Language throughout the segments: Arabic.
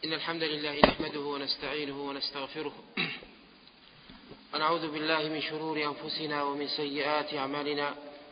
إن الحمد لله نحمده ونستعينه ونستغفره ونعوذ بالله من شرور أنفسنا ومن سيئات أعمالنا.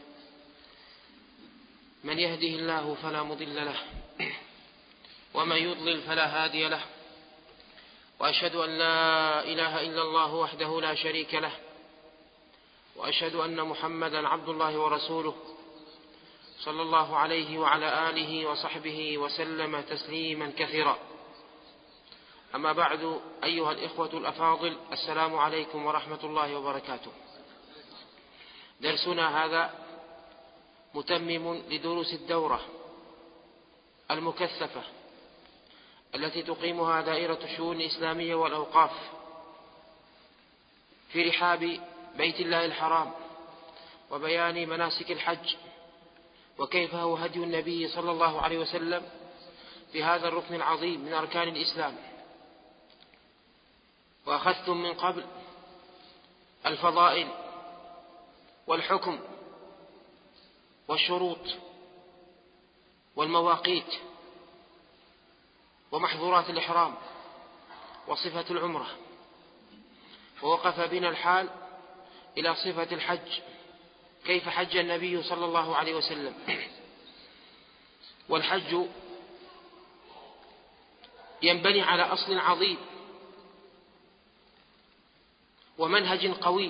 من يهده الله فلا مضل له ومن يضلل فلا هادي له، وأشهد أن لا إله إلا الله وحده لا شريك له، وأشهد أن محمدا عبد الله ورسوله صلى الله عليه وعلى آله وصحبه وسلم تسليما كثيرا. أما بعد، أيها الإخوة الأفاضل، السلام عليكم ورحمة الله وبركاته. درسنا هذا متمم لدروس الدورة المكثفة التي تقيمها دائرة الشؤون الإسلامية والأوقاف في رحاب بيت الله الحرام، وبيان مناسك الحج وكيف هو هدي النبي صلى الله عليه وسلم في هذا الركن العظيم من أركان الإسلام. وأخذتم من قبل الفضائل والحكم والشروط والمواقيت ومحظورات الإحرام وصفة العمرة، ووقف بنا الحال إلى صفة الحج، كيف حج النبي صلى الله عليه وسلم. والحج ينبني على أصل عظيم ومنهج قوي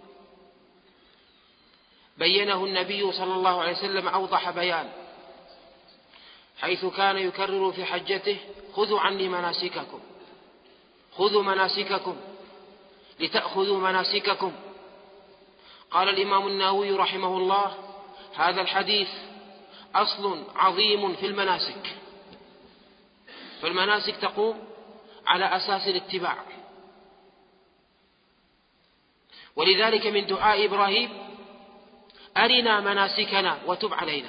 بينه النبي صلى الله عليه وسلم أوضح بيان، حيث كان يكرر في حجته: خذوا عني مناسككم، خذوا مناسككم لتأخذوا مناسككم. قال الإمام النووي رحمه الله: هذا الحديث أصل عظيم في المناسك، فالمناسك تقوم على أساس الاتباع. ولذلك من دعاء إبراهيم: أرنا مناسكنا وتب علينا.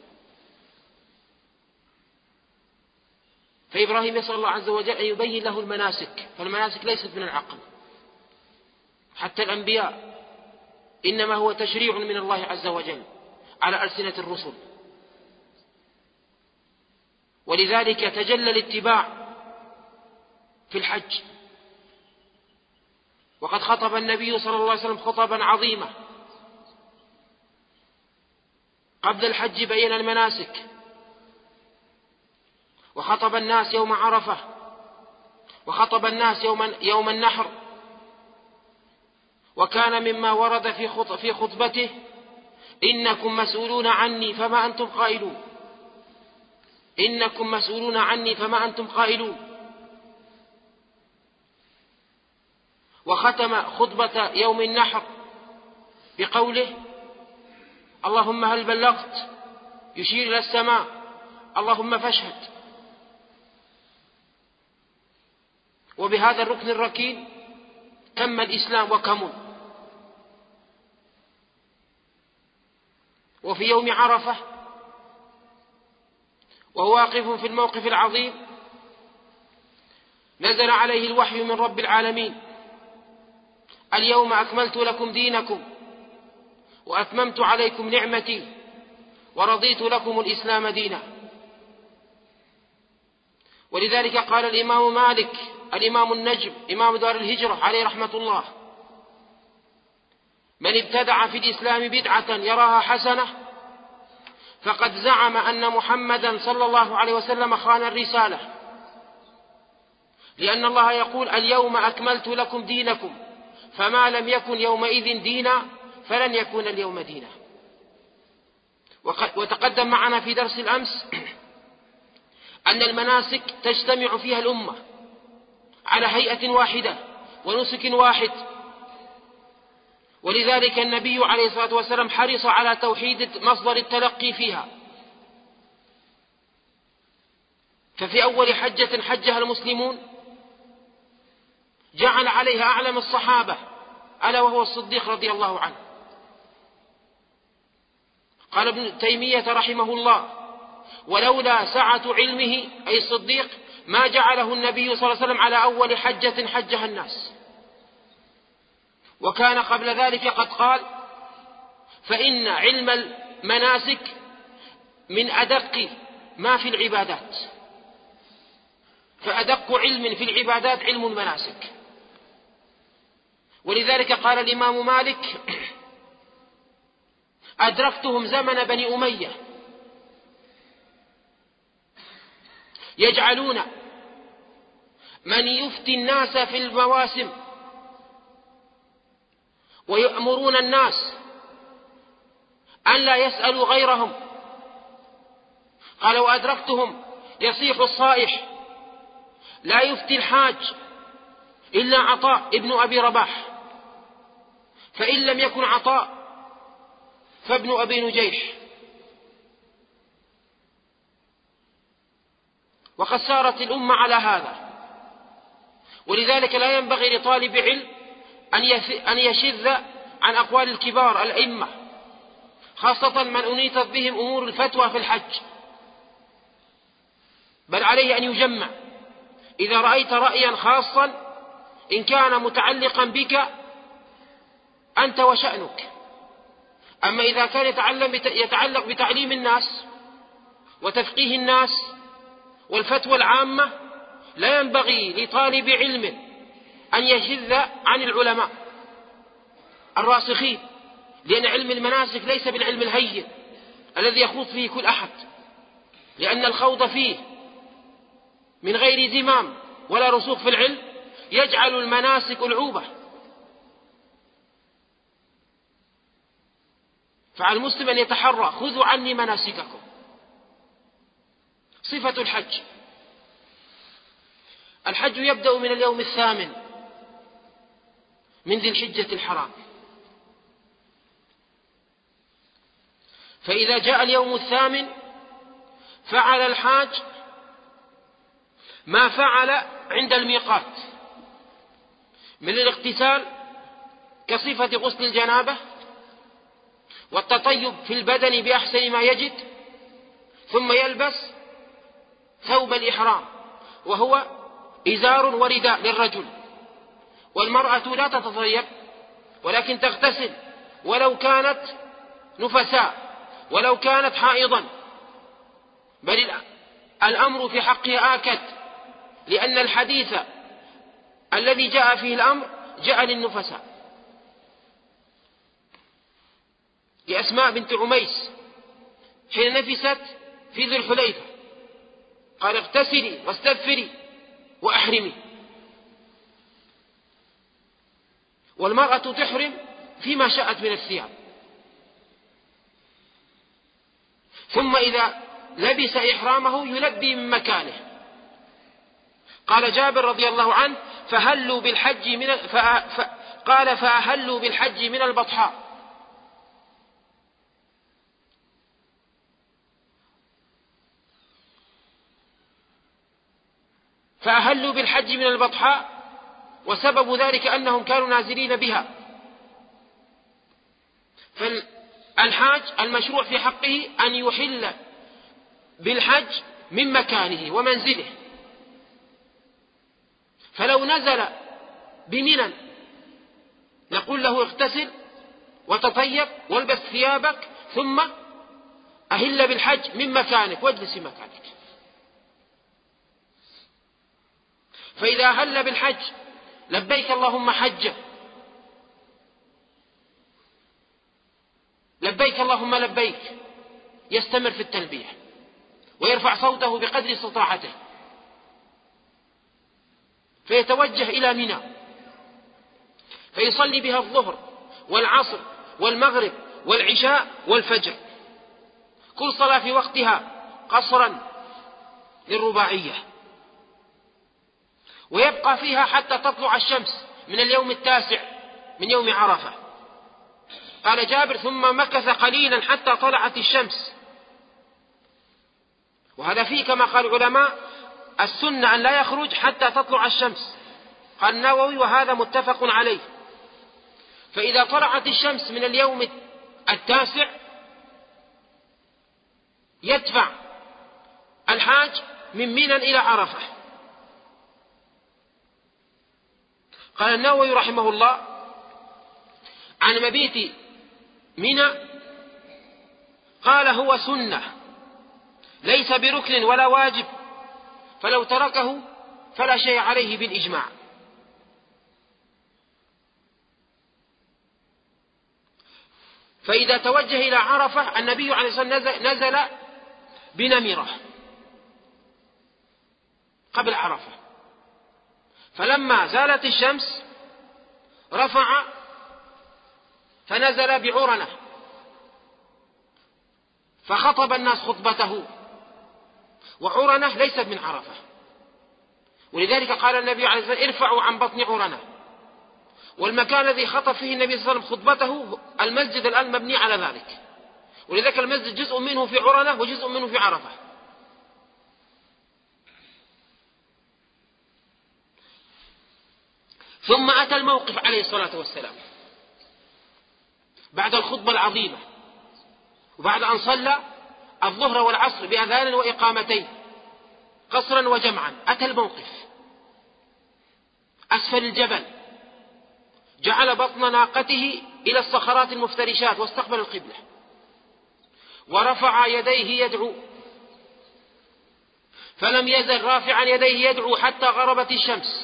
فإبراهيم يسأل الله عز وجل أن يبين له المناسك، فالمناسك ليست من العقل، حتى الأنبياء إنما هو تشريع من الله عز وجل على ألسنة الرسل. ولذلك تجلى الاتباع في الحج. وقد خطب النبي صلى الله عليه وسلم خطبا عظيمة قبل الحج بين المناسك، وخطب الناس يوم عرفة، وخطب الناس يوم النحر. وكان مما ورد في خطبته: إنكم مسؤولون عني فما أنتم قائلون، إنكم مسؤولون عني فما أنتم قائلون. وختم خطبة يوم النحر بقوله: اللهم هل بلغت، يشير إلى السماء، اللهم فاشهد. وبهذا الركن الركين تم الإسلام وكمل. وفي يوم عرفة وهو واقف في الموقف العظيم نزل عليه الوحي من رب العالمين: اليوم أكملت لكم دينكم وأتممت عليكم نعمتي ورضيت لكم الإسلام دينا. ولذلك قال الإمام مالك الإمام النجم إمام دار الهجرة عليه رحمة الله: من ابتدع في الإسلام بدعة يراها حسنة فقد زعم أن محمدا صلى الله عليه وسلم خان الرسالة، لأن الله يقول: اليوم أكملت لكم دينكم، فما لم يكن يومئذ دينا فلن يكون اليوم دينا. وتقدم معنا في درس الأمس أن المناسك تجتمع فيها الأمة على هيئة واحدة ونسك واحد. ولذلك النبي عليه الصلاة والسلام حرص على توحيد مصدر التلقي فيها. ففي أول حجة حجها المسلمون جعل عليها أعلم الصحابة، ألا وهو الصديق رضي الله عنه. قال ابن تيمية رحمه الله: ولولا سعة علمه أي الصديق ما جعله النبي صلى الله عليه وسلم على أول حجة حجها الناس. وكان قبل ذلك قد قال: فإن علم المناسك من أدق ما في العبادات. فأدق علم في العبادات علم المناسك. ولذلك قال الإمام مالك: أدركتهم زمن بني أمية يجعلون من يفتي الناس في المواسم ويأمرون الناس أن لا يسألوا غيرهم. قال: وأدركتهم يصيح الصائح لا يفتي الحاج إلا عطاء ابن أبي رباح، فإن لم يكن عطاء فابن أبي نجيح. وقد سارت الأمة على هذا، ولذلك لا ينبغي لطالب علم أن يشذ عن أقوال الكبار الأئمة، خاصة من أنيطت بهم أمور الفتوى في الحج، بل عليه أن يجمع. إذا رأيت رأيا خاصا إن كان متعلقا بك أنت وشأنك، أما إذا كان يتعلق بتعليم الناس وتفقيه الناس والفتوى العامة لا ينبغي لطالب علم أن يشذ عن العلماء الراسخين، لأن علم المناسك ليس بالعلم الهين الذي يخوض فيه كل أحد، لأن الخوض فيه من غير زمام ولا رسوخ في العلم يجعل المناسك ألعوبة. فعلى المسلم أن يتحرى: خذوا عني مناسككم. صفة الحج: الحج يبدأ من اليوم 8 من ذي الحجة الحرام، فإذا جاء اليوم 8 فعل الحاج ما فعل عند الميقات من الاغتسال كصفة غسل الجنابة، والتطيب في البدن بأحسن ما يجد، ثم يلبس ثوب الإحرام وهو إزار ورداء للرجل، والمرأة لا تتطيب ولكن تغتسل ولو كانت نفساء ولو كانت حائضا، بل الأمر في حقها آكد، لأن الحديث الذي جاء فيه الأمر جاء للنفساء. لأسماء بنت عميس حين نفست في ذي الحليفة قال: اغتسلي واستغفري وأحرمي. والمرأة تحرم فيما شاءت من الثياب، ثم إذا لبس إحرامه يلبي من مكانه. قال جابر رضي الله عنه: فأهلوا بالحج من البطحاء. فأهلوا بالحج من البطحاء، وسبب ذلك أنهم كانوا نازلين بها. فالحاج المشروع في حقه أن يحل بالحج من مكانه ومنزله، فلو نزل بمنى نقول له: اغتسل وتطيب والبس ثيابك ثم أهل بالحج من مكانك واجلس في مكانك. فإذا أهل بالحج لبيك اللهم حجة، لبيك اللهم لبيك، يستمر في التلبية ويرفع صوته بقدر استطاعته، فيتوجه إلى منى فيصلي بها الظهر والعصر والمغرب والعشاء والفجر، كل صلاة في وقتها قصرا للرباعية، ويبقى فيها حتى تطلع الشمس من اليوم 9 من يوم عرفة. قال جابر: ثم مكث قليلا حتى طلعت الشمس. وهذا فيه كما قال العلماء السنة أن لا يخرج حتى تطلع الشمس. قال النووي: وهذا متفق عليه. فإذا طلعت الشمس من اليوم 9 يدفع الحاج من منى إلى عرفة. قال النووي رحمه الله: عن مبيت منى قال: هو سنة ليس بركن ولا واجب، فلو تركه فلا شيء عليه بالإجماع. فإذا توجه إلى عرفة، النبي عليه الصلاة والسلام نزل بنمرة قبل عرفة، فلما زالت الشمس رفع فنزل بعرنة فخطب الناس خطبته، وعرنة ليست من عرفة، ولذلك قال النبي عليه الصلاة والسلام ارفعوا عن بطن عرنة. والمكان الذي خطب فيه النبي صلى الله عليه وسلم خطبته المسجد الآن مبني على ذلك، ولذلك المسجد جزء منه في عرنة وجزء منه في عرفة. ثم أتى الموقف عليه الصلاة والسلام بعد الخطبة العظيمة، وبعد أن صلى الظهر والعصر بأذان وإقامتين قصرا وجمعا، أتى الموقف أسفل الجبل، جعل بطن ناقته إلى الصخرات المفترشات واستقبل القبلة، ورفع يديه يدعو، فلم يزل رافعا يديه يدعو حتى غربت الشمس،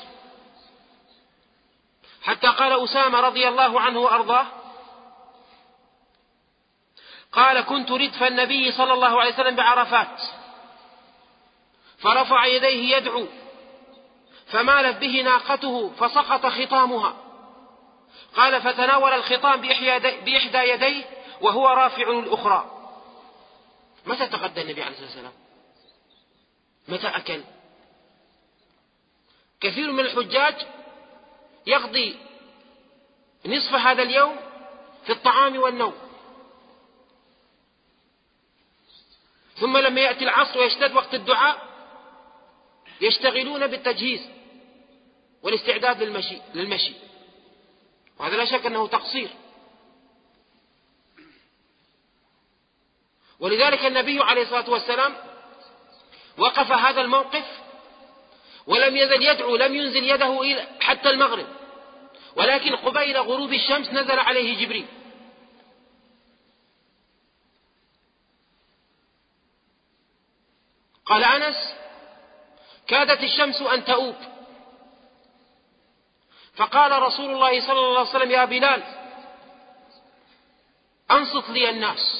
حتى قال أسامة رضي الله عنه وأرضاه قال كنت ردف النبي صلى الله عليه وسلم بعرفات فرفع يديه يدعو فمالت به ناقته فسقط خطامها، قال فتناول الخطام بإحدى يديه وهو رافع الأخرى. متى تغدى النبي عليه الصلاة والسلام؟ متى أكل؟ كثير من الحجاج يقضي نصف هذا اليوم في الطعام والنوم، ثم لما يأتي العصر ويشتد وقت الدعاء يشتغلون بالتجهيز والاستعداد للمشي، وهذا لا شك أنه تقصير. ولذلك النبي عليه الصلاة والسلام وقف هذا الموقف ولم يزل يدعو، لم ينزل يده حتى المغرب، ولكن قبيل غروب الشمس نزل عليه جبريل. قال أنس كادت الشمس أن تؤوب، فقال رسول الله صلى الله عليه وسلم يا بلال أنصت لي الناس،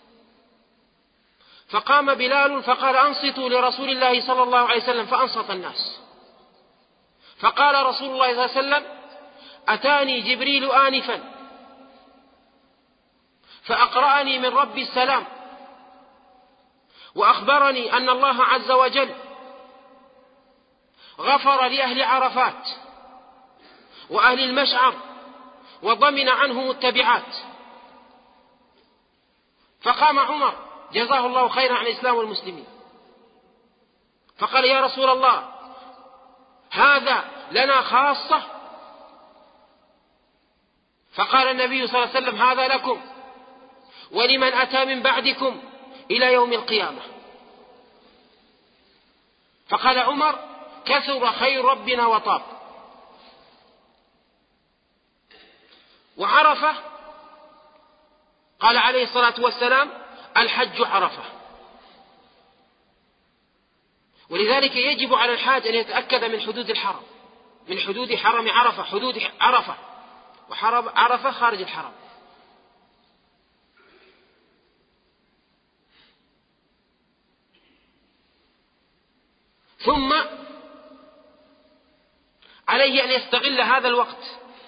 فقام بلال فقال أنصتوا لرسول الله صلى الله عليه وسلم، فأنصت الناس. فقال رسول الله صلى الله عليه وسلم أتاني جبريل آنفا فأقرأني من ربي السلام وأخبرني أن الله عز وجل غفر لأهل عرفات وأهل المشعر وضمن عنهم التبعات. فقام عمر جزاه الله خيرا عن الإسلام والمسلمين فقال يا رسول الله هذا لنا خاصة؟ فقال النبي صلى الله عليه وسلم هذا لكم ولمن أتى من بعدكم إلى يوم القيامة. فقال عمر كثر خير ربنا وطاب. وعرفة قال عليه الصلاة والسلام الحج عرفة، ولذلك يجب على الحاج أن يتأكد من حدود الحرم، من حدود حرم عرفة، حدود عرفة، وحرم عرفة خارج الحرم. ثم عليه أن يستغل هذا الوقت،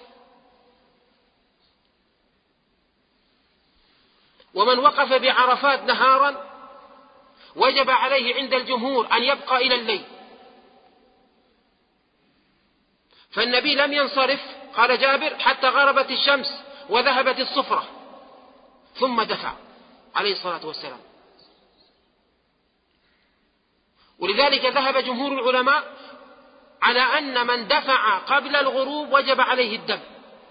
ومن وقف بعرفات نهارا وجب عليه عند الجمهور أن يبقى إلى الليل، فالنبي لم ينصرف قال جابر حتى غربت الشمس وذهبت الصفرة ثم دفع عليه الصلاة والسلام. ولذلك ذهب جمهور العلماء على أن من دفع قبل الغروب وجب عليه الدم،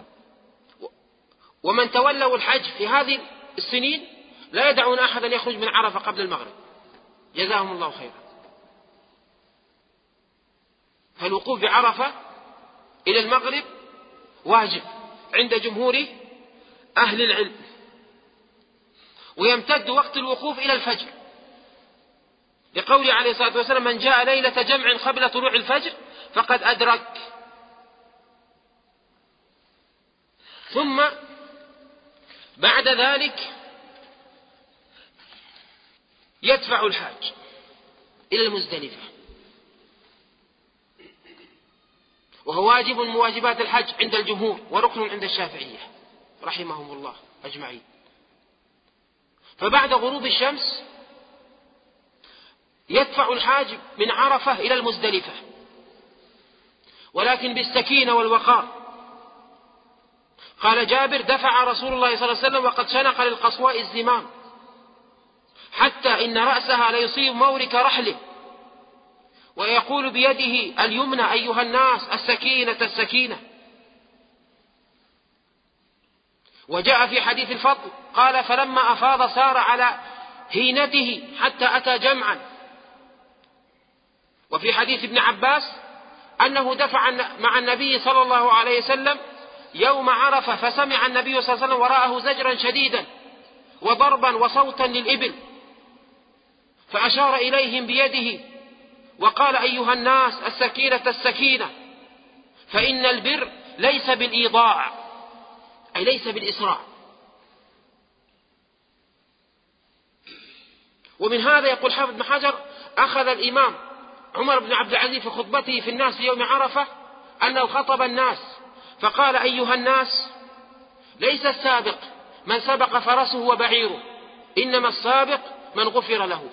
ومن تولوا الحج في هذه السنين لا يدعون أحدا يخرج من عرفة قبل المغرب جزاهم الله خيرا. فالوقوف بعرفة إلى المغرب واجب عند جمهور أهل العلم، ويمتد وقت الوقوف إلى الفجر، لقوله عليه الصلاة والسلام من جاء ليلة جمع قبل طلوع الفجر فقد أدرك. ثم بعد ذلك يدفع الحاج إلى المزدلفة، وهو واجب من واجبات الحج عند الجمهور وركن عند الشافعية رحمهم الله أجمعين. فبعد غروب الشمس يدفع الحاج من عرفة إلى المزدلفة، ولكن بالسكينة والوقار. قال جابر: دفع رسول الله صلى الله عليه وسلم وقد شنق للقصواء الزمام حتى إن رأسها ليصيب مورك رحله، ويقول بيده اليمنى: أيها الناس السكينة السكينة. وجاء في حديث الفضل قال: فلما أفاض سار على هينته حتى أتى جمعا. وفي حديث ابن عباس أنه دفع مع النبي صلى الله عليه وسلم يوم عرفة، فسمع النبي صلى الله عليه وسلم وراءه زجرا شديدا وضربا وصوتا للإبل، فأشار إليهم بيده وقال: أيها الناس السكينة السكينة، فإن البر ليس بالإيضاع، أي ليس بالإسراع. ومن هذا يقول حافظ بن حجر: أخذ الإمام عمر بن عبد العزيز في خطبته في الناس في يوم عرفة أنه خطب الناس فقال: أيها الناس، ليس السابق من سبق فرسه وبعيره، إنما السابق من غفر له.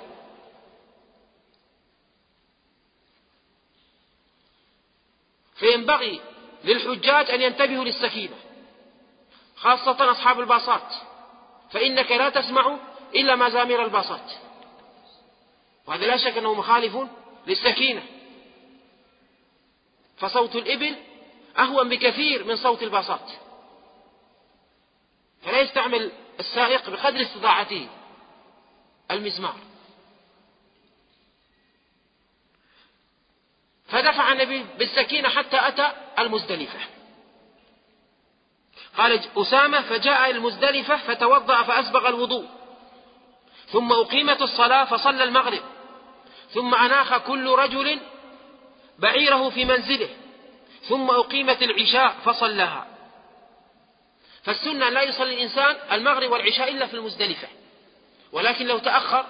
فينبغي للحجاج أن ينتبهوا للسكينة، خاصة أصحاب الباصات، فإنك لا تسمع إلا مزامير الباصات، وهذا لا شك أنه مخالف للسكينة، فصوت الإبل أهون بكثير من صوت الباصات، فلا يستعمل السائق بقدر استطاعته المزمار. فدفع النبي بالسكينة حتى أتى المزدلفة. قال أسامة: فجاء المزدلفة فتوضأ فأسبغ الوضوء، ثم أقيمت الصلاة فصلى المغرب، ثم أناخ كل رجل بعيره في منزله، ثم أقيمت العشاء فصلىها. فالسنة لا يصلي الإنسان المغرب والعشاء إلا في المزدلفة، ولكن لو تأخر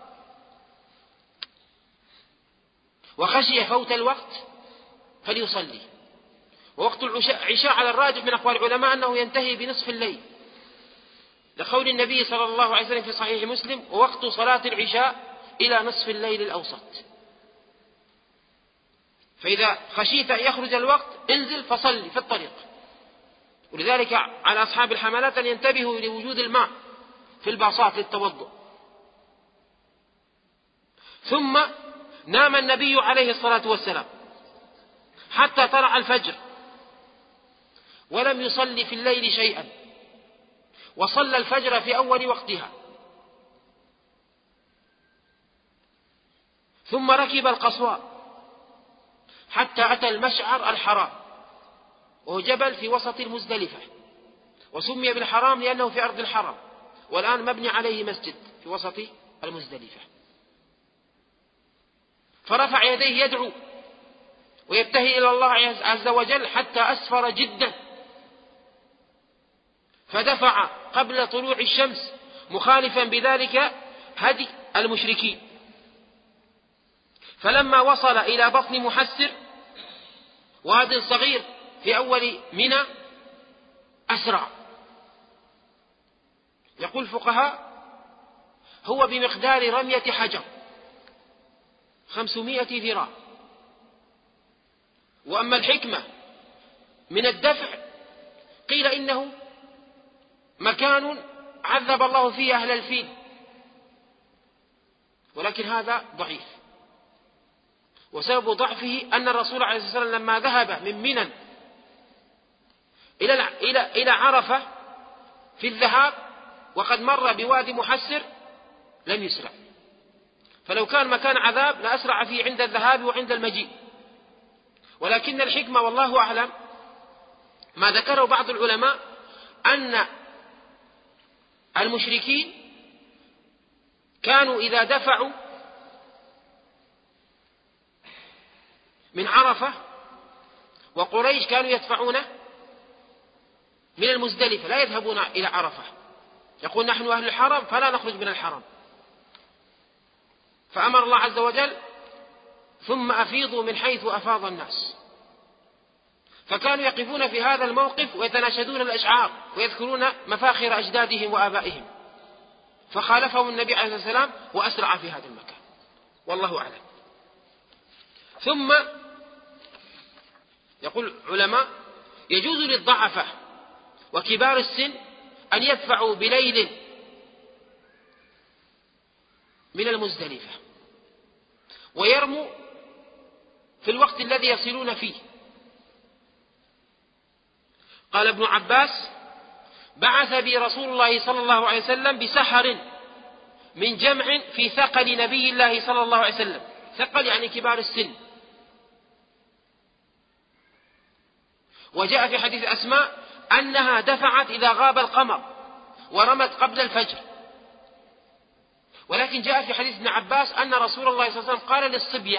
وخشي فوت الوقت فليصلي. ووقت العشاء على الراجح من أقوال العلماء أنه ينتهي بنصف الليل، لقول النبي صلى الله عليه وسلم في صحيح مسلم: ووقت صلاة العشاء إلى نصف الليل الأوسط. فإذا خشيت أن يخرج الوقت انزل فصلي في الطريق. ولذلك على أصحاب الحملات أن ينتبهوا لوجود الماء في الباصات للتوضؤ. ثم نام النبي عليه الصلاة والسلام حتى طلع الفجر، ولم يصلي في الليل شيئا، وصلى الفجر في أول وقتها. ثم ركب القصواء حتى أتى المشعر الحرام، وهو جبل في وسط المزدلفة، وسمي بالحرام لأنه في أرض الحرم، والآن مبني عليه مسجد في وسط المزدلفة. فرفع يديه يدعو ويبتهي إلى الله عز وجل حتى أسفر جدا، فدفع قبل طلوع الشمس مخالفا بذلك هدي المشركين. فلما وصل إلى بطن محسر، واد صغير في أول منى، أسرع. يقول الفقهاء: هو بمقدار رمية حجر 500 ذراع. وأما الحكمة من الدفع قيل إنه مكان عذب الله فيه أهل الفيل، ولكن هذا ضعيف. وسبب ضعفه أن الرسول عليه الصلاة والسلام لما ذهب من منى إلى عرفة في الذهاب وقد مر بوادي محسر لم يسرع، فلو كان مكان عذاب لأسرع فيه عند الذهاب وعند المجيء. ولكن الحكمة والله أعلم ما ذكره بعض العلماء أن المشركين كانوا إذا دفعوا من عرفة وقريش كانوا يدفعون من المزدلفة، لا يذهبون إلى عرفة، يقول نحن أهل الحرم فلا نخرج من الحرم. فأمر الله عز وجل ثم أفيضوا من حيث أفاض الناس، فكانوا يقفون في هذا الموقف ويتناشدون الأشعار ويذكرون مفاخر أجدادهم وآبائهم، فخالفهم النبي عليه الصلاة والسلام وأسرع في هذا المكان، والله أعلم. ثم يقول علماء يجوز للضعفة وكبار السن أن يدفعوا بليل من المزدلفة ويرموا في الوقت الذي يصلون فيه. قال ابن عباس: بعث بي رسول الله صلى الله عليه وسلم بسحر من جمع في ثقل نبي الله صلى الله عليه وسلم. ثقل يعني كبار السن. وجاء في حديث أسماء أنها دفعت إذا غاب القمر ورمت قبل الفجر. ولكن جاء في حديث ابن عباس أن رسول الله صلى الله عليه وسلم قال للصبية: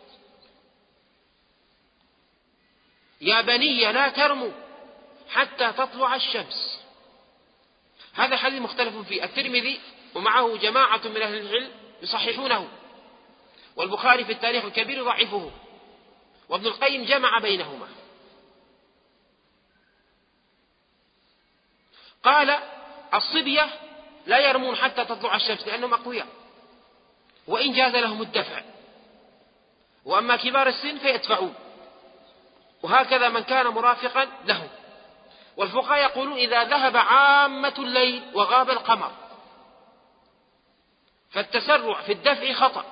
يا بني لا ترموا حتى تطلع الشمس. هذا حديث مختلف فيه، الترمذي ومعه جماعة من أهل العلم يصححونه، والبخاري في التاريخ الكبير يضعفه، وابن القيم جمع بينهما. قال: الصبية لا يرمون حتى تطلع الشمس لأنهم أقوياء وإن جاز لهم الدفع، وأما كبار السن فيدفعون، وهكذا من كان مرافقا لهم. والفقهاء يقولون إذا ذهب عامة الليل وغاب القمر فالتسرع في الدفع خطأ،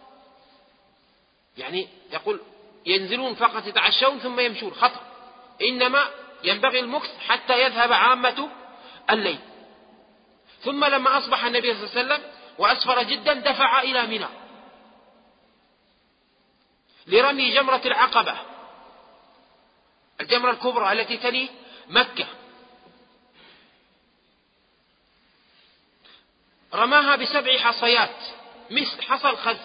يعني يقول ينزلون فقط يتعشون ثم يمشون، خطأ، إنما ينبغي المكث حتى يذهب عامة الليل. ثم لما أصبح النبي صلى الله عليه وسلم وأسفر جدا دفع إلى منى لرمي جمرة العقبة، الجمرة الكبرى التي تلي مكة. رماها ب7 حصيات مثل حصى الخذ.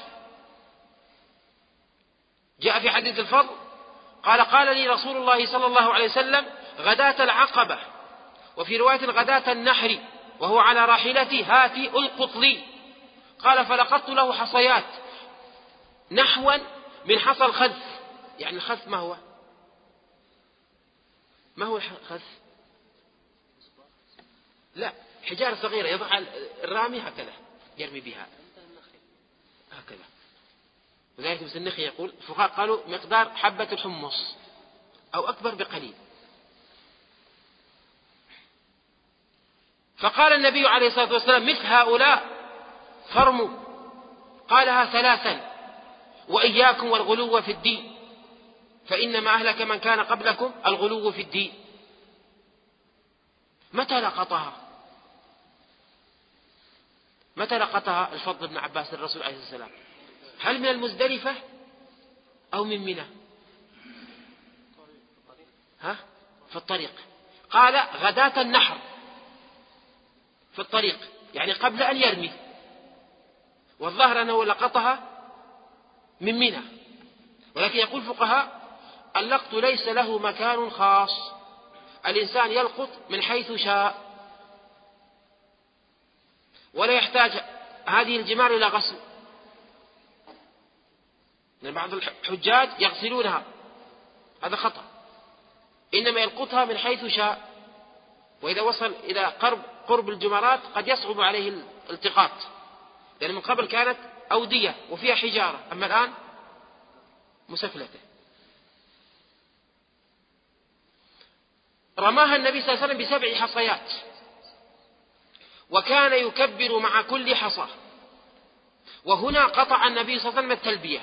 جاء في حديث الفضل قال: قال لي رسول الله صلى الله عليه وسلم غداة العقبة، وفي رواية غداة النحر وهو على راحلتي: هاتي ألقط لي. قال: فلقطت له حصيات نحوا من حصى الخذ. يعني الخذ ما هو؟ ما هو الخذ؟ لا، حجارة صغيرة يضع الرامي هكذا يرمي بها هكذا. وذلك مثل النخي، يقول الفقهاء قالوا مقدار حبة الحمص أو أكبر بقليل. فقال النبي عليه الصلاة والسلام: مثل هؤلاء فرموا. قالها 3: وإياكم والغلو في الدين فإنما أهلك من كان قبلكم الغلو في الدين. متى لقطها الفضل بن عباس الرسول عليه السلام؟ هل من المزدلفة أو من منى؟ في الطريق. قال: غداة النحر، في الطريق، يعني قبل أن يرمي. والظاهر أنه لقطها من منى. ولكن يقول الفقهاء: اللقط ليس له مكان خاص، الإنسان يلقط من حيث شاء، ولا يحتاج هذه الجمار إلى غسل، لأن بعض الحجاج يغسلونها، هذا خطأ، إنما يلقطها من حيث شاء. وإذا وصل إلى قرب الجمرات قد يصعب عليه الالتقاط، لأن من قبل كانت أودية وفيها حجارة، أما الآن مسفلته. رماها النبي صلى الله عليه وسلم ب7 حصيات، وكان يكبر مع كل حصى. وهنا قطع النبي صلى الله عليه وسلم التلبية.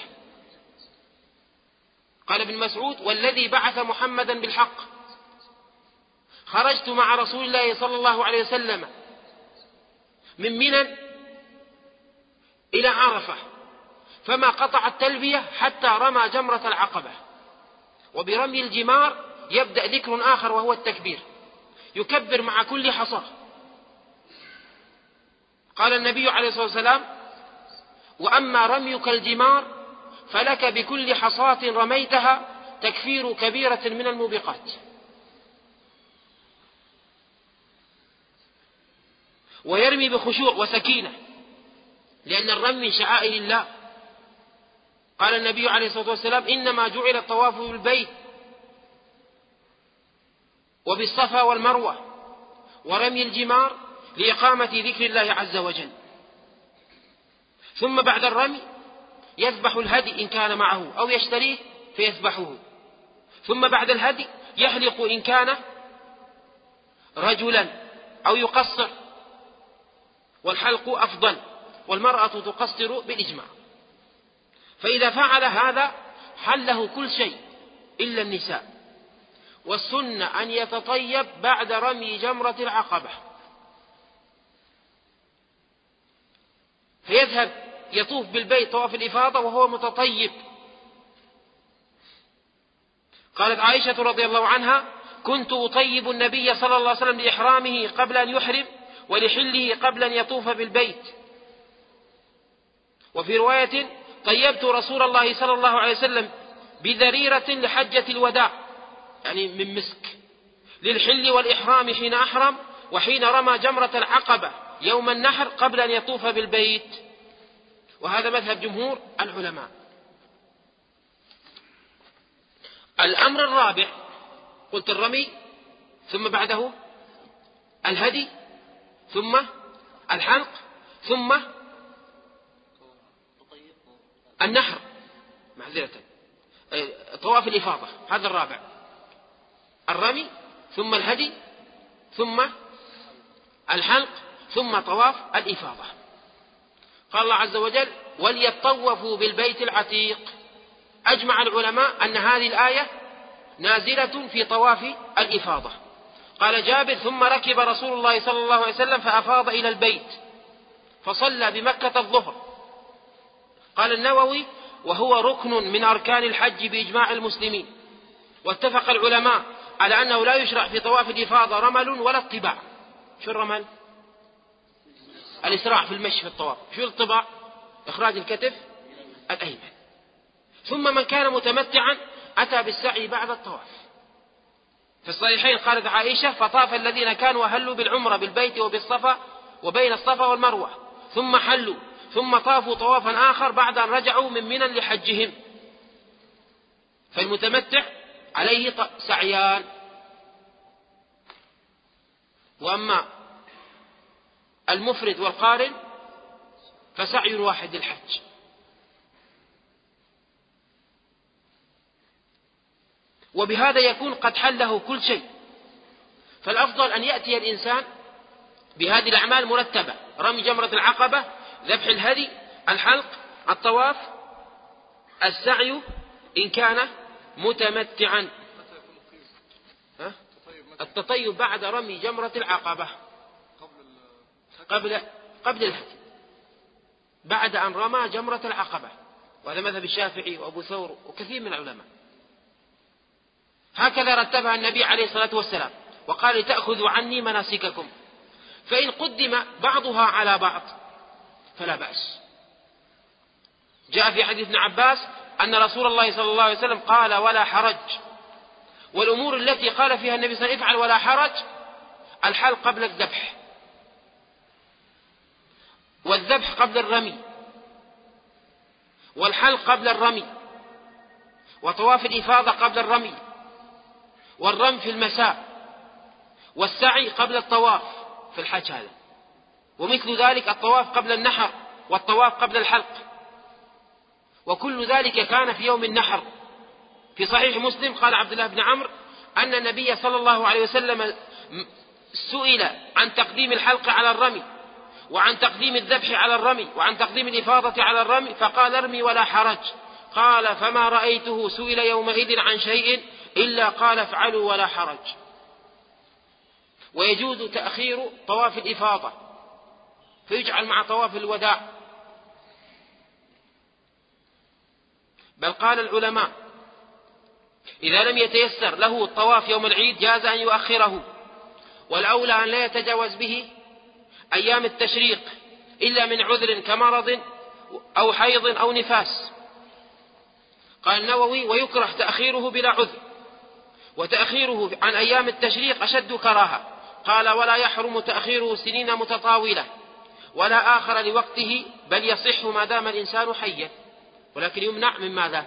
قال ابن مسعود: والذي بعث محمدا بالحق خرجت مع رسول الله صلى الله عليه وسلم من منى إلى عرفة فما قطع التلبية حتى رمى جمرة العقبة. وبرمي الجمار يبدأ ذكر آخر وهو التكبير، يكبر مع كل حصى. قال النبي عليه الصلاة والسلام: وأما رميك الجمار فلك بكل حصاة رميتها تكفير كبيرة من الموبقات. ويرمي بخشوع وسكينة، لأن الرمي من شعائر الله. قال النبي عليه الصلاة والسلام: إنما جعل الطواف بالبيت وبالصفا والمروة ورمي الجمار لإقامة ذكر الله عز وجل. ثم بعد الرمي يذبح الهدي إن كان معه أو يشتريه فيذبحه. ثم بعد الهدي يحلق إن كان رجلا أو يقصر، والحلق أفضل، والمرأة تقصر بالإجماع. فإذا فعل هذا حله كل شيء إلا النساء. والسنة أن يتطيب بعد رمي جمرة العقبة، فيذهب يطوف بالبيت طواف الإفاضة وهو متطيب. قالت عائشة رضي الله عنها: كنت أطيب النبي صلى الله عليه وسلم لإحرامه قبل أن يحرم، ولحله قبل أن يطوف بالبيت. وفي رواية: طيبت رسول الله صلى الله عليه وسلم بذريرة لحجة الوداع، يعني من مسك، للحل والإحرام حين أحرم، وحين رمى جمرة العقبة يوم النحر قبل أن يطوف بالبيت. وهذا مذهب جمهور العلماء. الأمر الرابع قلت الرمي، ثم بعده الهدي، ثم الحلق، ثم النحر، معذرة، طواف الإفاضة. هذا الرابع: الرمي، ثم الهدي، ثم الحلق، ثم طواف الإفاضة. قال الله عز وجل: وليطوفوا بالبيت العتيق. أجمع العلماء أن هذه الآية نازلة في طواف الإفاضة. قال جابر: ثم ركب رسول الله صلى الله عليه وسلم فأفاض إلى البيت فصلى بمكة الظهر. قال النووي: وهو ركن من أركان الحج بإجماع المسلمين. واتفق العلماء على أنه لا يشرع في طواف الإفاضة رمل ولا اطباع. شو الرمل؟ الإسراع في المشي في الطواف. شو الطباع؟ إخراج الكتف الأيمن. ثم من كان متمتعا أتى بالسعي بعد الطواف. في الصحيحين قالت عائشة: فطاف الذين كانوا أهلوا بالعمرة بالبيت وبالصفا وبين الصفا والمروة، ثم حلوا، ثم طافوا طوافا آخر بعد أن رجعوا من منى لحجهم. فالمتمتع عليه سعيان. وأما المفرد والقارن فسعي واحد للحج. وبهذا يكون قد حله كل شيء. فالأفضل أن يأتي الإنسان بهذه الأعمال مرتبة: رمي جمرة العقبة، ذبح الهدي، الحلق، الطواف، السعي إن كان متمتعا. التطيب بعد رمي جمرة العقبة قبل الهدي، بعد أن رمى جمرة العقبة. وهذا مذهب الشافعي وأبو ثور وكثير من العلماء. هكذا رتبها النبي عليه الصلاة والسلام، وقال: لتأخذوا عني مناسككم. فإن قدم بعضها على بعض فلا بأس. جاء في حديث ابن عباس أن رسول الله صلى الله عليه وسلم قال: ولا حرج. والأمور التي قال فيها النبي صلى الله عليه وسلم: افعل ولا حرج: الحلق قبل الذبح، والذبح قبل الرمي، والحلق قبل الرمي، وطواف الإفاضة قبل الرمي، والرمي في المساء، والسعي قبل الطواف في الحج هذا. ومثل ذلك الطواف قبل النحر، والطواف قبل الحلق. وكل ذلك كان في يوم النحر. في صحيح مسلم قال عبد الله بن عمرو أن النبي صلى الله عليه وسلم سئل عن تقديم الحلق على الرمي، وعن تقديم الذبح على الرمي، وعن تقديم الإفاضة على الرمي، فقال: ارمي ولا حرج. قال: فما رأيته سئل يومئذ عن شيء إلا قال: افعلوا ولا حرج. ويجوز تأخير طواف الإفاضة فيجعل مع طواف الوداع. بل قال العلماء: إذا لم يتيسر له الطواف يوم العيد جاز أن يؤخره، والأولى أن لا يتجاوز به أيام التشريق إلا من عذر كمرض أو حيض أو نفاس. قال النووي: ويكره تأخيره بلا عذر، وتأخيره عن أيام التشريق أشد كراهة. قال: ولا يحرم تأخيره سنين متطاولة ولا آخر لوقته، بل يصح ما دام الإنسان حيا، ولكن يمنع من ماذا؟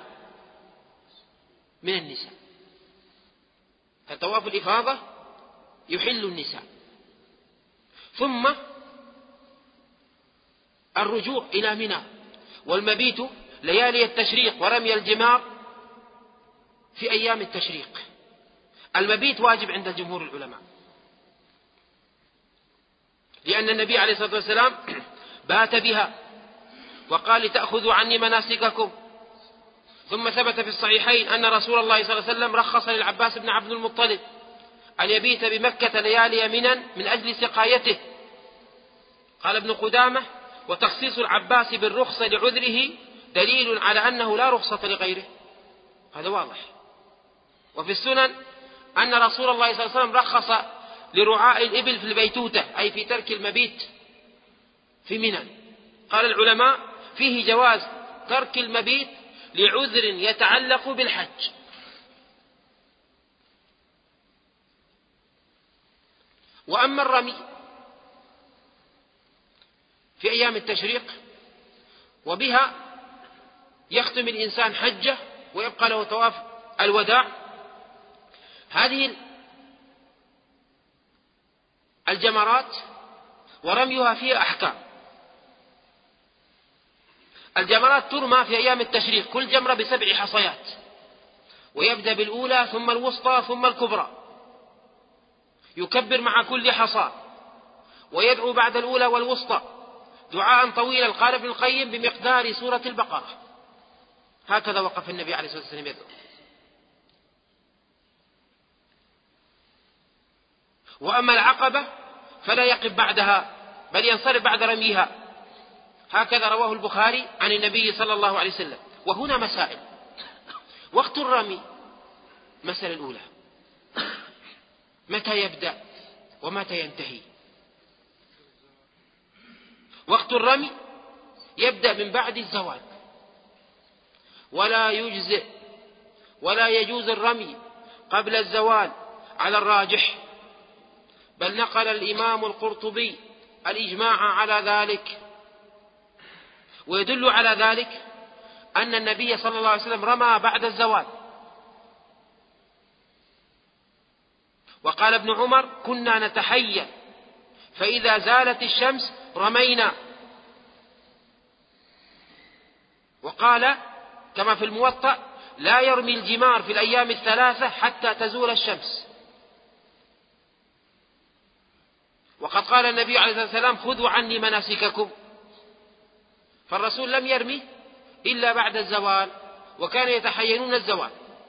من النساء. فطواف الإفاضة يحل النساء. ثم الرجوع إلى منى والمبيت ليالي التشريق ورمي الجمار في أيام التشريق. المبيت واجب عند جمهور العلماء، لأن النبي عليه الصلاة والسلام بات بها وقال: لتأخذوا عني مناسككم. ثم ثبت في الصحيحين أن رسول الله صلى الله عليه وسلم رخص للعباس بن عبد المطلب أن يبيت بمكة ليالي منى من أجل سقايته. قال ابن قدامة: وتخصيص العباس بالرخصة لعذره دليل على أنه لا رخصة لغيره، هذا واضح. وفي السنن أن رسول الله صلى الله عليه وسلم رخص لرعاء الإبل في البيتوتة، أي في ترك المبيت في منى. قال العلماء: فيه جواز ترك المبيت لعذر يتعلق بالحج. وأما الرمي في أيام التشريق وبها يختم الإنسان حجه ويبقى له طواف الوداع، هذه الجمرات ورميها فيها أحكام. الجمرات ترمى في أيام التشريق، كل جمرة ب7 حصيات، ويبدأ بالأولى ثم الوسطى ثم الكبرى، يكبر مع كل حصى، ويدعو بعد الأولى والوسطى دعاء طويلا قال ابن القيم بمقدار سورة البقرة. هكذا وقف النبي عليه الصلاة والسلام يدعو. وأما العقبة فلا يقف بعدها، بل ينصرف بعد رميها، هكذا رواه البخاري عن النبي صلى الله عليه وسلم. وهنا مسائل. وقت الرمي، مسألة الأولى: متى يبدأ ومتى ينتهي؟ وقت الرمي يبدأ من بعد الزوال، ولا يجزئ ولا يجوز الرمي قبل الزوال على الراجح، بل نقل الإمام القرطبي الإجماع على ذلك. ويدل على ذلك أن النبي صلى الله عليه وسلم رمى بعد الزوال، وقال ابن عمر: كنا نتحيل فإذا زالت الشمس رمينا. وقال كما في الموطأ: لا يرمي الجمار في الأيام الثلاثة حتى تزول الشمس. وقد قال النبي عليه الصلاة والسلام: خذوا عني مناسككم. فالرسول لم يرمي إلا بعد الزوال، وكان يتحينون الزوال.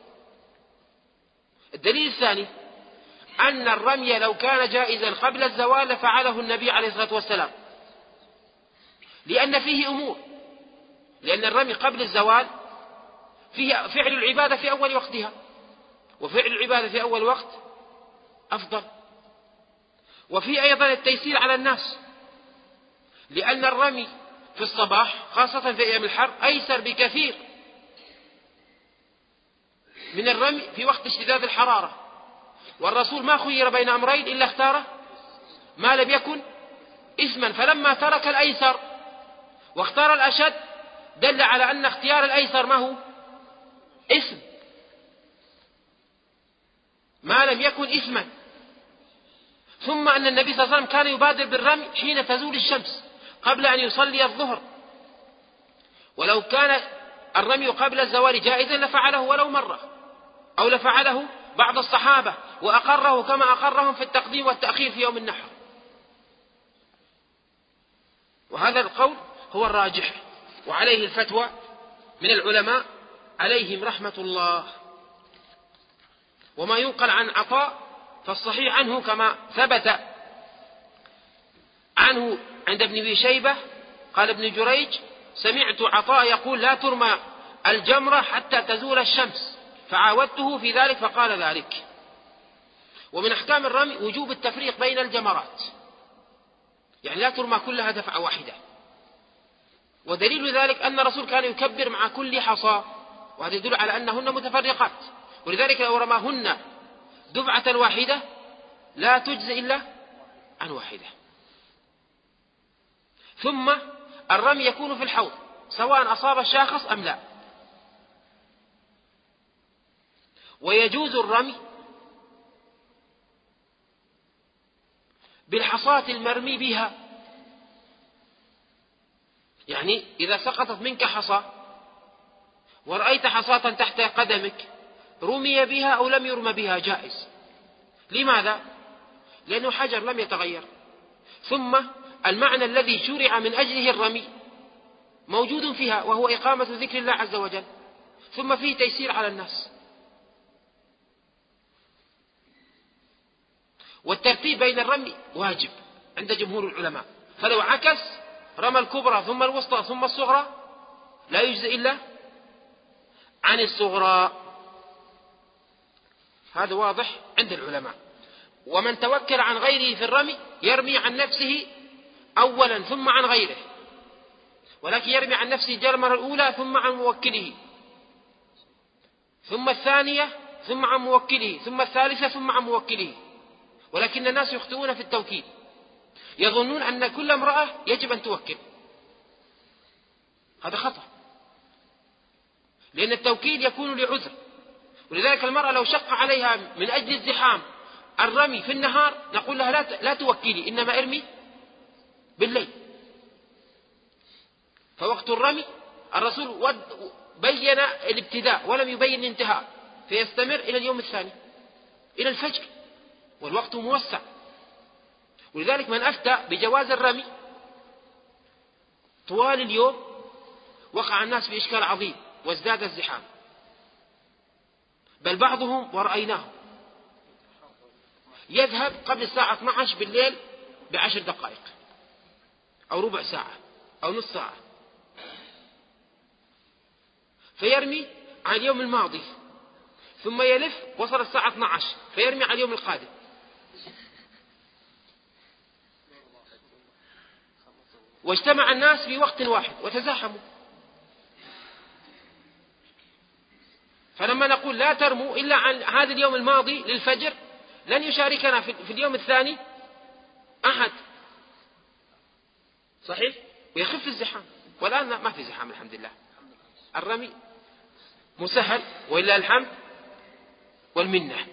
الدليل الثاني أن الرمي لو كان جائزا قبل الزوال لفعله النبي عليه الصلاة والسلام، لأن فيه أمور. لأن الرمي قبل الزوال فيه فعل العبادة في أول وقتها، وفعل العبادة في أول وقت أفضل. وفي أيضا التيسير على الناس، لأن الرمي في الصباح خاصة في أيام الحر أيسر بكثير من الرمي في وقت اشتداد الحرارة. والرسول ما خير بين أمرين إلا اختاره ما لم يكن إثما، فلما ترك الأيسر واختار الأشد دل على أن اختيار الأيسر ما هو إثم، ما لم يكن إثما. ثم أن النبي صلى الله عليه وسلم كان يبادر بالرمي حين تزول الشمس قبل أن يصلي الظهر، ولو كان الرمي قبل الزوال جائزا لفعله ولو مرة، أو لفعله بعض الصحابة وأقره كما أقرهم في التقديم والتأخير في يوم النحر. وهذا القول هو الراجح، وعليه الفتوى من العلماء عليهم رحمة الله. وما ينقل عن عطاء فالصحيح عنه كما ثبت عنه عند ابن أبي شيبة قال ابن جريج: سمعت عطاء يقول: لا ترمى الجمرة حتى تزول الشمس، فعاودته في ذلك فقال ذلك. ومن أحكام الرمي وجوب التفريق بين الجمرات، يعني لا ترمى كلها دفعة واحدة. ودليل ذلك أن الرسول كان يكبر مع كل حصى وهذا يدل على أنهن متفرقات، ولذلك لو رماهن دفعة واحدة لا تجزي إلا عن واحدة. ثم الرمي يكون في الحوض سواء أصاب الشاخص أم لا، ويجوز الرمي بالحصاة المرمي بها، يعني إذا سقطت منك حصى ورأيت حصاة تحت قدمك رمي بها أو لم يرم بها جائز. لماذا؟ لأنه حجر لم يتغير، ثم المعنى الذي شرع من أجله الرمي موجود فيها وهو إقامة ذكر الله عز وجل، ثم فيه تيسير على الناس. والترتيب بين الرمي واجب عند جمهور العلماء، فلو عكس رمى الكبرى ثم الوسطى ثم الصغرى لا يجزي إلا عن الصغرى. هذا واضح عند العلماء. ومن توكل عن غيره في الرمي يرمي عن نفسه أولا ثم عن غيره، ولكن يرمي عن نفسه الجرمرة الأولى ثم عن موكله، ثم الثانية ثم عن موكله، ثم الثالثة ثم عن موكله. ولكن الناس يخطئون في التوكيل، يظنون أن كل امرأة يجب أن توكل. هذا خطأ، لأن التوكيل يكون لعذر. ولذلك المرأة لو شق عليها من أجل الزحام الرمي في النهار نقول لها لا توكلي، إنما ارمي بالليل. فوقت الرمي الرسول بين الابتداء ولم يبين الانتهاء، فيستمر إلى اليوم الثاني إلى الفجر، والوقت موسع. ولذلك من أفتى بجواز الرمي طوال اليوم وقع الناس في إشكال عظيم وازداد الزحام، بل بعضهم ورأيناه يذهب قبل الساعة 12 بالليل ب10 دقائق أو ربع ساعة أو نص ساعة، فيرمي على اليوم الماضي، ثم يلف وصل الساعة 12 فيرمي على اليوم القادم. واجتمع الناس في وقت واحد وتزاحموا. فلما نقول لا ترموا إلا عن هذا اليوم الماضي للفجر لن يشاركنا في اليوم الثاني أحد، صحيح؟ ويخف الزحام. والآن ما في زحام الحمد لله، الرمي مسهل وإلا الحمد والمنة.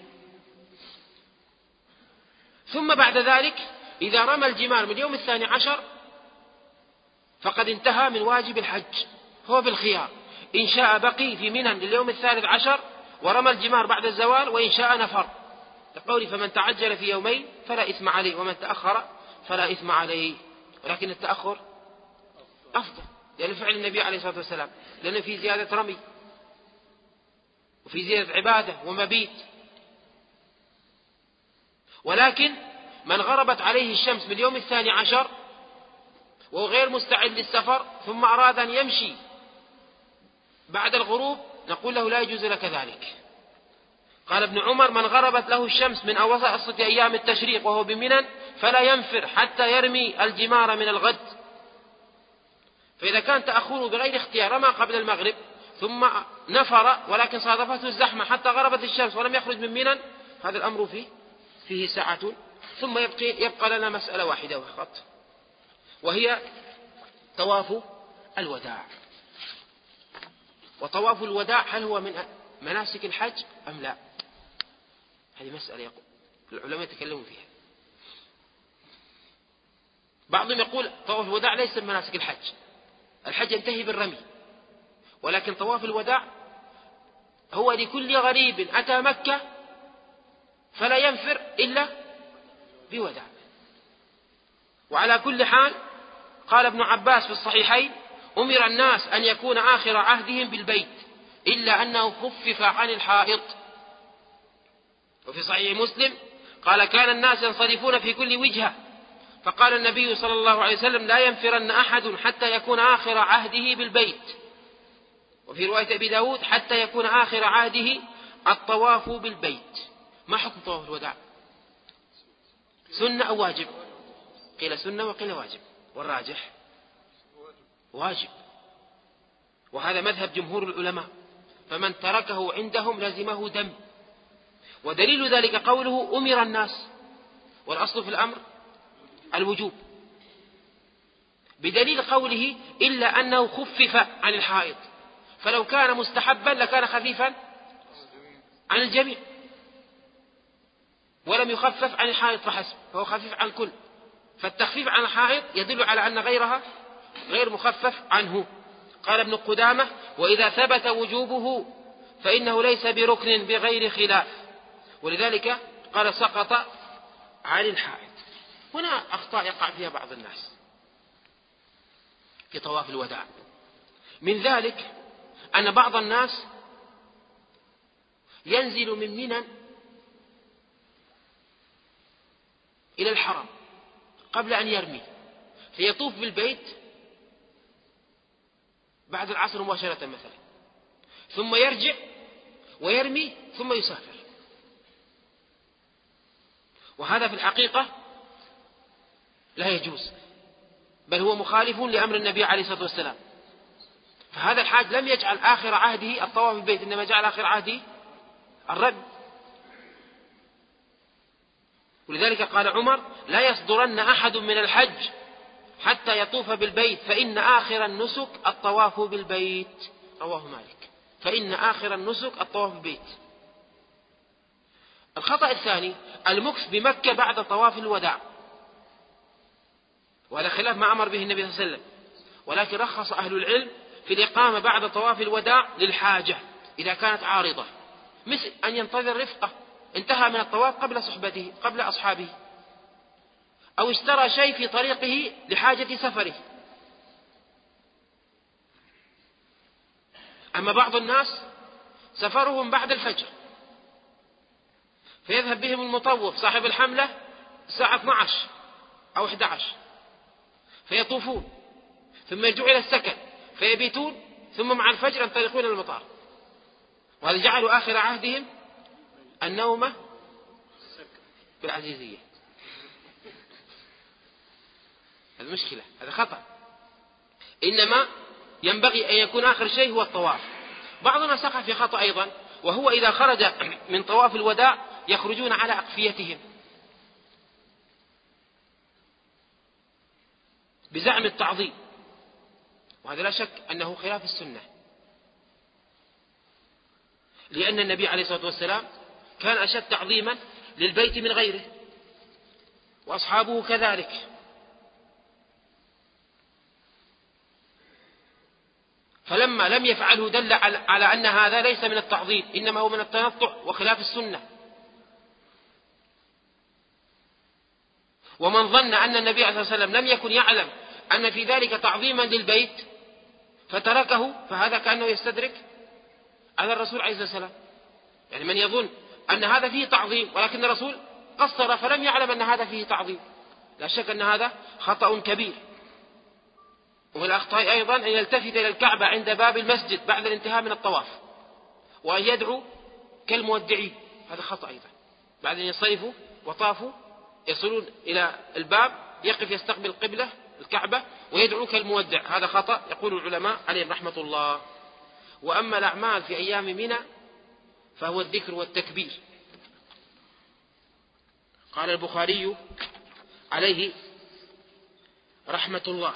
ثم بعد ذلك إذا رمى الجمار من اليوم 12 فقد انتهى من واجب الحج، هو بالخيار، إن شاء بقي في منى لليوم 13 ورمى الجمار بعد الزوال، وإن شاء نفر، لقوله فمن تعجل في يومين فلا إثم عليه ومن تأخر فلا إثم عليه. ولكن التأخر أفضل لأن فعل النبي عليه الصلاة والسلام، لأنه في زيادة رمي وفي زيادة عبادة ومبيت. ولكن من غربت عليه الشمس من اليوم 12 وهو غير مستعد للسفر ثم أراد أن يمشي بعد الغروب نقول له لا يجوز لك ذلك. قال ابن عمر من غربت له الشمس من أوسط أيام التشريق وهو بمنى فلا ينفر حتى يرمي الجمار من الغد. فإذا كان تأخره بغير اختيار رمى قبل المغرب ثم نفر ولكن صادفته الزحمة حتى غربت الشمس ولم يخرج من منى، هذا الأمر فيه ساعة. ثم يبقى لنا مسألة واحدة فقط، وهي طواف الوداع. وطواف الوداع هل هو من مناسك الحج أم لا؟ هذه مسألة العلماء يتكلمون فيها. بعضهم يقول طواف الوداع ليس من مناسك الحج، الحج ينتهي بالرمي، ولكن طواف الوداع هو لكل غريب أتى مكة فلا ينفر إلا بوداع. وعلى كل حال قال ابن عباس في الصحيحين أمر الناس أن يكون آخر عهدهم بالبيت إلا أنه خفف عن الحائط. وفي صحيح مسلم قال كان الناس ينصرفون في كل وجهة، فقال النبي صلى الله عليه وسلم لا ينفرن أحد حتى يكون آخر عهده بالبيت. وفي رواية أبي داود حتى يكون آخر عهده الطواف بالبيت. ما حكم طواف الوداع؟ سنة أو واجب؟ قيل سنة وقيل واجب، والراجح واجب، وهذا مذهب جمهور العلماء. فمن تركه عندهم لزمه دم. ودليل ذلك قوله أمر الناس، والأصل في الأمر الوجوب، بدليل قوله إلا أنه خفف عن الحائض، فلو كان مستحبا لكان خفيفا عن الجميع، ولم يخفف عن الحائض فحسب، فهو خفيف عن الكل. فالتخفيف عن الحائض يدل على أن غيرها غير مخفف عنه. قال ابن قدامة: وإذا ثبت وجوبه فإنه ليس بركن بغير خلاف، ولذلك قال سقط عن الحائض. هنا أخطاء يقع فيها بعض الناس في طواف الوداع. من ذلك أن بعض الناس ينزل من منى إلى الحرم قبل أن يرمي، فيطوف بالبيت بعد العصر مباشرة مثلا، ثم يرجع ويرمي ثم يسافر. وهذا في الحقيقة لا يجوز، بل هو مخالف لأمر النبي عليه الصلاة والسلام. فهذا الحاج لم يجعل آخر عهده الطواف بالبيت، إنما جعل آخر عهده الرمي. ولذلك قال عمر: لا يصدرن أحد من الحج حتى يطوف بالبيت فإن آخر النسك الطواف بالبيت. رواه مالك. فإن آخر النسك الطواف بالبيت. الخطأ الثاني المكث بمكة بعد طواف الوداع، وهذا خلاف ما أمر به النبي صلى الله عليه وسلم، ولكن رخص أهل العلم في الإقامة بعد طواف الوداع للحاجة إذا كانت عارضة، مثل أن ينتظر رفقة انتهى من الطواف قبل أصحابه، أو اشترى شيء في طريقه لحاجة سفره. أما بعض الناس سفرهم بعد الفجر، فيذهب بهم المطوف صاحب الحملة الساعة 12 أو 11، فيطوفون ثم يرجعون إلى السكن فيبيتون، ثم مع الفجر ينطلقون إلى المطار، وهذا جعلوا آخر عهدهم النوم بالعزيزية. هذا مشكلة، هذا خطأ. إنما ينبغي أن يكون آخر شيء هو الطواف. بعضنا سقع في خطأ أيضا، وهو إذا خرج من طواف الوداع يخرجون على أقفيتهم بزعم التعظيم، وهذا لا شك أنه خلاف السنة، لأن النبي عليه الصلاة والسلام كان أشد تعظيما للبيت من غيره، وأصحابه كذلك. فلما لم يفعله دل على أن هذا ليس من التعظيم، إنما هو من التنطع وخلاف السنة. ومن ظن أن النبي عليه الصلاة والسلام لم يكن يعلم أن في ذلك تعظيما للبيت فتركه، فهذا كأنه يستدرك على الرسول عليه الصلاة والسلام. يعني من يظن أن هذا فيه تعظيم ولكن الرسول قصر فلم يعلم أن هذا فيه تعظيم، لا شك أن هذا خطأ كبير. ومن الأخطاء أيضا أن يلتفت إلى الكعبة عند باب المسجد بعد الانتهاء من الطواف، وأن يدعو كالمودعين، هذا خطأ أيضا. بعد أن يصرفوا وطافوا يصلون إلى الباب يقف يستقبل قبلة الكعبة ويدعو كالمودع، هذا خطأ يقول العلماء عليهم رحمة الله. وأما الأعمال في أيام منى فهو الذكر والتكبير. قال البخاري عليه رحمة الله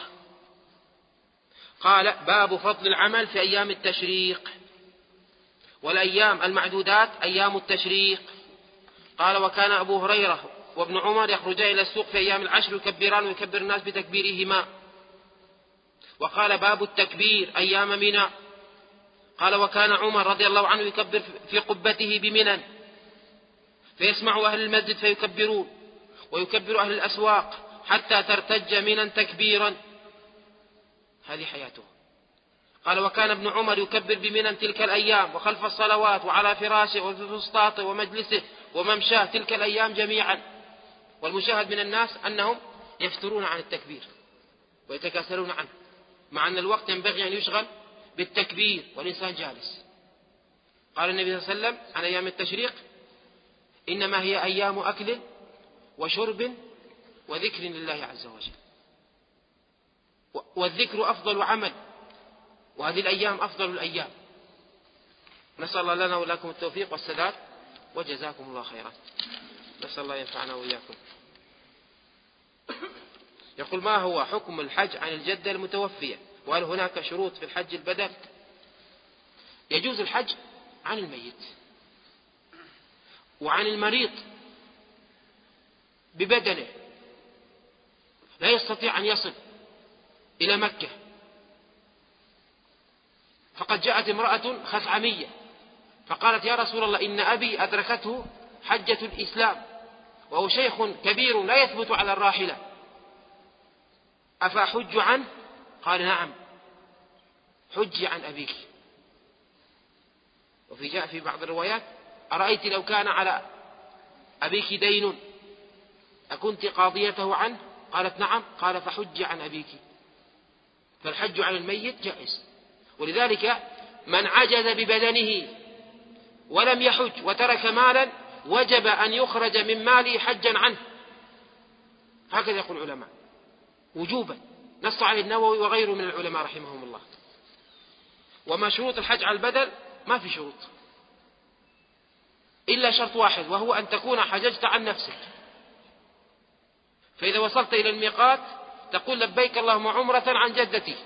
قال: باب فضل العمل في أيام التشريق، والأيام المعدودات أيام التشريق. قال: وكان أبو هريرة وابن عمر يخرجان إلى السوق في أيام العشر يكبران ويكبر الناس بتكبيرهما. وقال: باب التكبير أيام منى. قال: وكان عمر رضي الله عنه يكبر في قبته بمنى، فيسمع أهل المسجد فيكبرون، ويكبر أهل الأسواق حتى ترتج منى تكبيرا. هذه حياته. قال: وكان ابن عمر يكبر بمنى تلك الأيام وخلف الصلوات وعلى فراشه وفي فسطاطه ومجلسه وممشاه تلك الأيام جميعا. والمشاهد من الناس أنهم يفترون عن التكبير ويتكاسلون عنه، مع أن الوقت ينبغي أن يشغل بالتكبير والإنسان جالس. قال النبي صلى الله عليه وسلم عن أيام التشريق: إنما هي أيام أكل وشرب وذكر لله عز وجل. والذكر أفضل عمل، وهذه الأيام أفضل الأيام. نسأل الله لنا ولكم التوفيق والسداد، وجزاكم الله خيرا. نسأل الله ينفعنا وإياكم. يقول: ما هو حكم الحج عن الجدة المتوفية؟ وهل هناك شروط في الحج البدل؟ يجوز الحج عن الميت وعن المريض ببدنه لا يستطيع أن يصل إلى مكة، فقد جاءت امرأة خثعمية فقالت: يا رسول الله، إن أبي أدركته حجة الإسلام وهو شيخ كبير لا يثبت على الراحلة، أفأحج عنه؟ قال: نعم، حجي عن أبيك. وفي جاء في بعض الروايات: أرأيت لو كان على أبيك دين أكنت قاضيته عنه؟ قالت: نعم. قال: فحجي عن أبيك. فالحج عن الميت جائز. ولذلك من عجز ببدنه ولم يحج وترك مالا وجب أن يخرج من ماله حجا عنه، هكذا يقول العلماء وجوبا، نص عليه النووي وغيره من العلماء رحمهم الله. وما شروط الحج على البدل؟ ما في شروط إلا شرط واحد، وهو أن تكون حججت عن نفسك. فإذا وصلت إلى الميقات تقول: لبيك اللهم عمرة عن جدتي،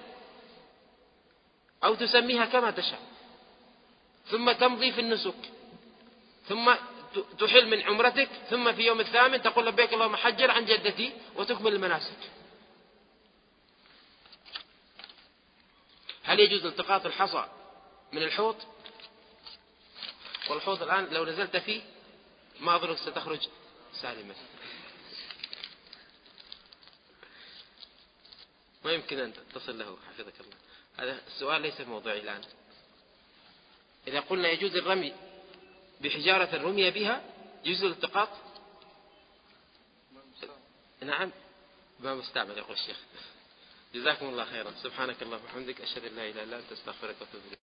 أو تسميها كما تشاء، ثم تمضي في النسك، ثم تحل من عمرتك، ثم في يوم الثامن تقول: لبيك اللهم حجا عن جدتي، وتكمل المناسك. هل يجوز التقاط الحصى من الحوض؟ والحوض الآن لو نزلت فيه ما أظنك ستخرج سالما، ما يمكن أن تصل له حفظك الله. هذا السؤال ليس موضوعي الآن. إذا قلنا يجوز الرمي بحجارة رمي بها، يجوز الالتقاط؟ نعم، ما مستعمل يقول الشيخ. جزاكم الله خيرا. سبحانك اللهم وبحمدك، أشهد أن لا إله إلا أنت، أستغفرك وأتوب إليك.